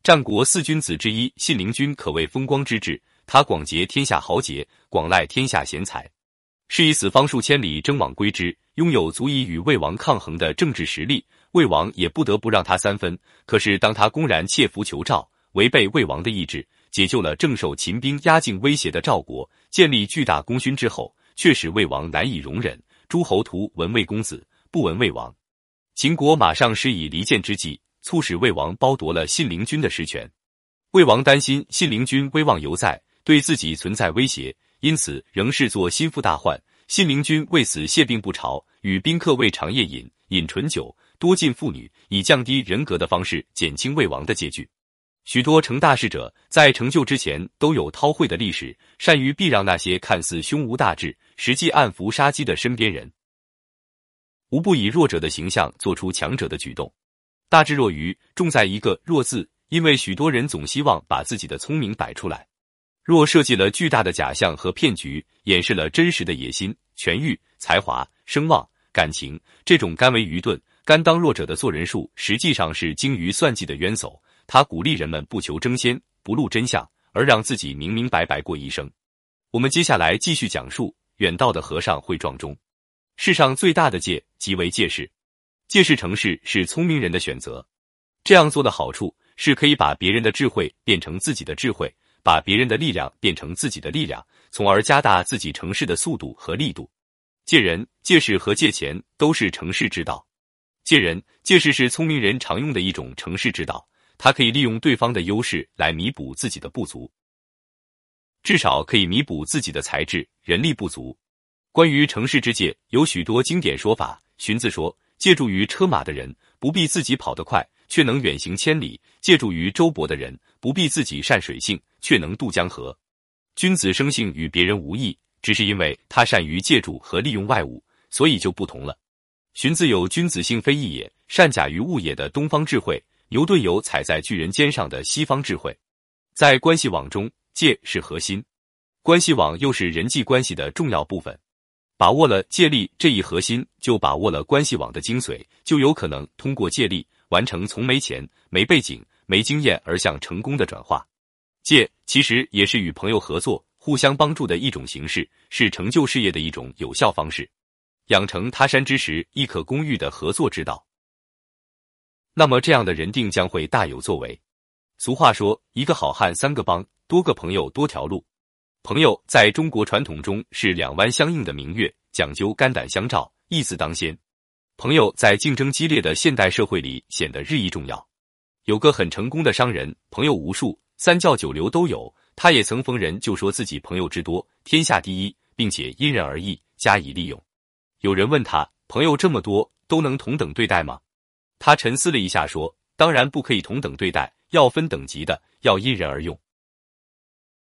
战国四君子之一信陵君可谓风光之至，他广结天下豪杰，广赖天下贤才，是以死方数千里争往归之，拥有足以与魏王抗衡的政治实力，魏王也不得不让他三分。可是当他公然窃符求赵，违背魏王的意志，解救了正受秦兵压境威胁的赵国，建立巨大功勋之后，却使魏王难以容忍。诸侯图闻魏公子，不闻魏王。秦国马上施以离间之计，促使魏王剥夺了信陵君的实权。魏王担心信陵君威望犹在，对自己存在威胁，因此仍视作心腹大患。信陵君为此谢病不朝，与宾客为长夜饮醇酒，多近妇女，以降低人格的方式减轻魏王的戒惧。许多成大事者在成就之前都有韬晦的历史，善于避让那些看似胸无大志，实际暗伏杀机的身边人，无不以弱者的形象做出强者的举动。大智若愚，重在一个弱字，因为许多人总希望把自己的聪明摆出来，若设计了巨大的假象和骗局，掩饰了真实的野心、权欲、才华、声望、感情，这种甘为愚钝、甘当弱者的做人术，实际上是精于算计的冤首。他鼓励人们不求争先，不露真相，而让自己明明白白过一生。我们接下来继续讲述远道的和尚会撞钟。世上最大的戒即为戒事，戒事成事是聪明人的选择。这样做的好处是可以把别人的智慧变成自己的智慧，把别人的力量变成自己的力量，从而加大自己成事的速度和力度。戒人、戒事和戒钱都是成事之道。戒人、戒事是聪明人常用的一种成事之道，他可以利用对方的优势来弥补自己的不足，至少可以弥补自己的才智、人力不足。关于成事之戒，有许多经典说法。荀子说，借助于车马的人，不必自己跑得快，却能远行千里；借助于周勃的人，不必自己善水性，却能渡江河。君子生性与别人无异，只是因为他善于借助和利用外物，所以就不同了。荀子有君子性非异也，善假于物也的东方智慧，牛顿有踩在巨人肩上的西方智慧。在关系网中，戒是核心，关系网又是人际关系的重要部分。把握了戒力这一核心，就把握了关系网的精髓，就有可能通过戒力完成从没钱、没背景、没经验而向成功的转化。戒其实也是与朋友合作、互相帮助的一种形式，是成就事业的一种有效方式，养成他山之石亦可攻玉的合作之道。那么这样的人定将会大有作为。俗话说，一个好汉三个帮，多个朋友多条路。朋友在中国传统中是两弯相应的明月，讲究肝胆相照，义字当先。朋友在竞争激烈的现代社会里显得日益重要。有个很成功的商人，朋友无数，三教九流都有，他也曾逢人就说自己朋友之多，天下第一，并且因人而异，加以利用。有人问他，朋友这么多，都能同等对待吗？他沉思了一下说，当然不可以同等对待，要分等级的，要因人而用。